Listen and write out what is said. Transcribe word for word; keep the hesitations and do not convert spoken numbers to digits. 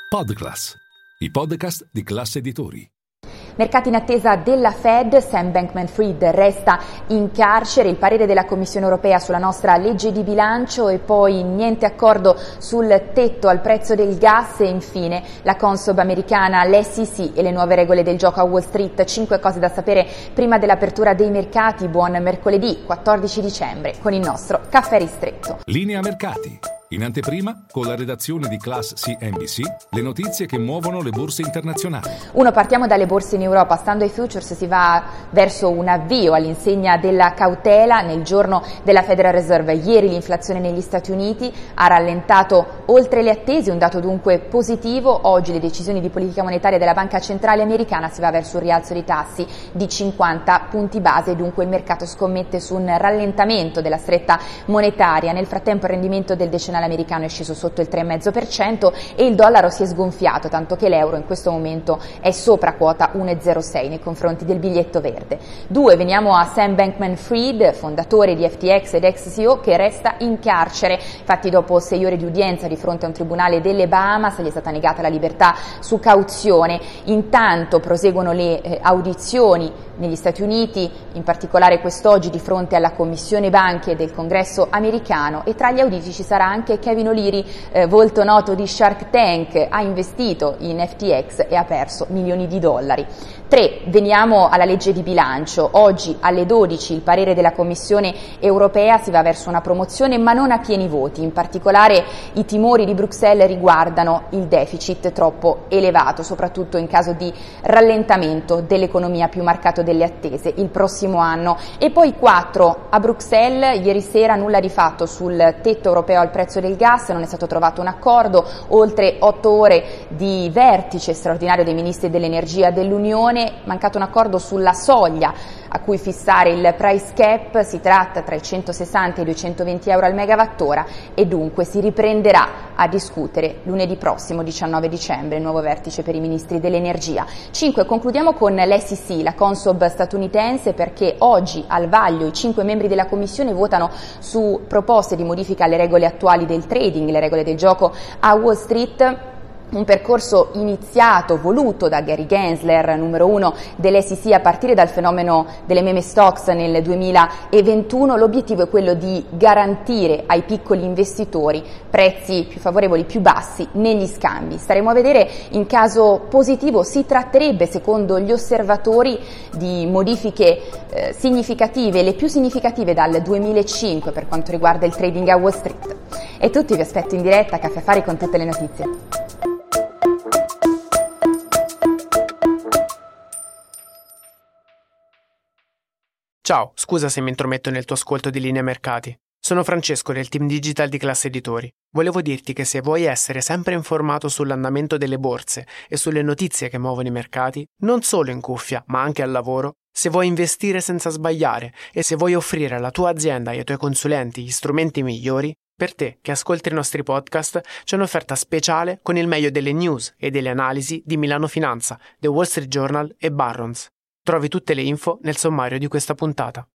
Podclass, i podcast di Class Editori. Mercati in attesa della Fed, Sam Bankman-Fried resta in carcere, il parere della Commissione europea sulla nostra legge di bilancio e poi niente accordo sul tetto al prezzo del gas e infine la Consob americana, l'S E C e le nuove regole del gioco a Wall Street. Cinque cose da sapere prima dell'apertura dei mercati. Buon mercoledì quattordici dicembre con il nostro caffè ristretto. Linea mercati. In anteprima, con la redazione di Class C N B C, le notizie che muovono le borse internazionali. Uno, partiamo dalle borse in Europa. Stando ai futures si va verso un avvio all'insegna della cautela nel giorno della Federal Reserve. Ieri l'inflazione negli Stati Uniti ha rallentato oltre le attese, un dato dunque positivo. Oggi le decisioni di politica monetaria della Banca Centrale Americana, si va verso un rialzo dei tassi di cinquanta punti base, dunque il mercato scommette su un rallentamento della stretta monetaria. Nel frattempo il rendimento del decennale americano è sceso sotto il tre virgola cinque per cento e il dollaro si è sgonfiato, tanto che l'euro in questo momento è sopra quota uno virgola zero sei nei confronti del biglietto verde. Due, veniamo a Sam Bankman-Fried, fondatore di F T X ed ex C E O, che resta in carcere. Infatti dopo sei ore di udienza di fronte a un tribunale delle Bahamas gli è stata negata la libertà su cauzione. Intanto proseguono le eh, audizioni negli Stati Uniti, in particolare quest'oggi di fronte alla Commissione Banche del Congresso americano, e tra gli auditi ci sarà anche Kevin O'Leary, eh, volto noto di Shark Tank. Ha investito in F T X e ha perso milioni di dollari. Tre, veniamo alla legge di bilancio. Oggi alle dodici il parere della Commissione europea, si va verso una promozione ma non a pieni voti. In particolare i timori di Bruxelles riguardano il deficit troppo elevato, soprattutto in caso di rallentamento dell'economia più marcato delle attese il prossimo anno. E poi quattro, a Bruxelles ieri sera nulla di fatto sul tetto europeo al prezzo del gas, non è stato trovato un accordo, oltre otto ore di vertice straordinario dei ministri dell'energia dell'Unione, mancato un accordo sulla soglia a cui fissare il price cap, si tratta tra i centosessanta e i duecentoventi euro al megawattora e dunque si riprenderà a discutere lunedì prossimo diciannove dicembre, il nuovo vertice per i ministri dell'energia. Cinque, concludiamo con l'S E C, la Consob statunitense, perché oggi al vaglio i cinque membri della Commissione votano su proposte di modifica alle regole attuali del trading, le regole del gioco a Wall Street. Un percorso iniziato, voluto da Gary Gensler, numero uno dell'S E C, a partire dal fenomeno delle meme stocks nel duemilaventuno. L'obiettivo è quello di garantire ai piccoli investitori prezzi più favorevoli, più bassi negli scambi. Staremo a vedere. In caso positivo si tratterebbe, secondo gli osservatori, di modifiche eh, significative, le più significative dal duemilacinque per quanto riguarda il trading a Wall Street. È tutto, vi aspetto in diretta a Caffè Affari con tutte le notizie. Ciao, scusa se mi intrometto nel tuo ascolto di Linea Mercati. Sono Francesco del team digital di Class Editori. Volevo dirti che se vuoi essere sempre informato sull'andamento delle borse e sulle notizie che muovono i mercati, non solo in cuffia, ma anche al lavoro, se vuoi investire senza sbagliare e se vuoi offrire alla tua azienda e ai tuoi consulenti gli strumenti migliori, per te che ascolti i nostri podcast c'è un'offerta speciale con il meglio delle news e delle analisi di Milano Finanza, The Wall Street Journal e Barron's. Trovi tutte le info nel sommario di questa puntata.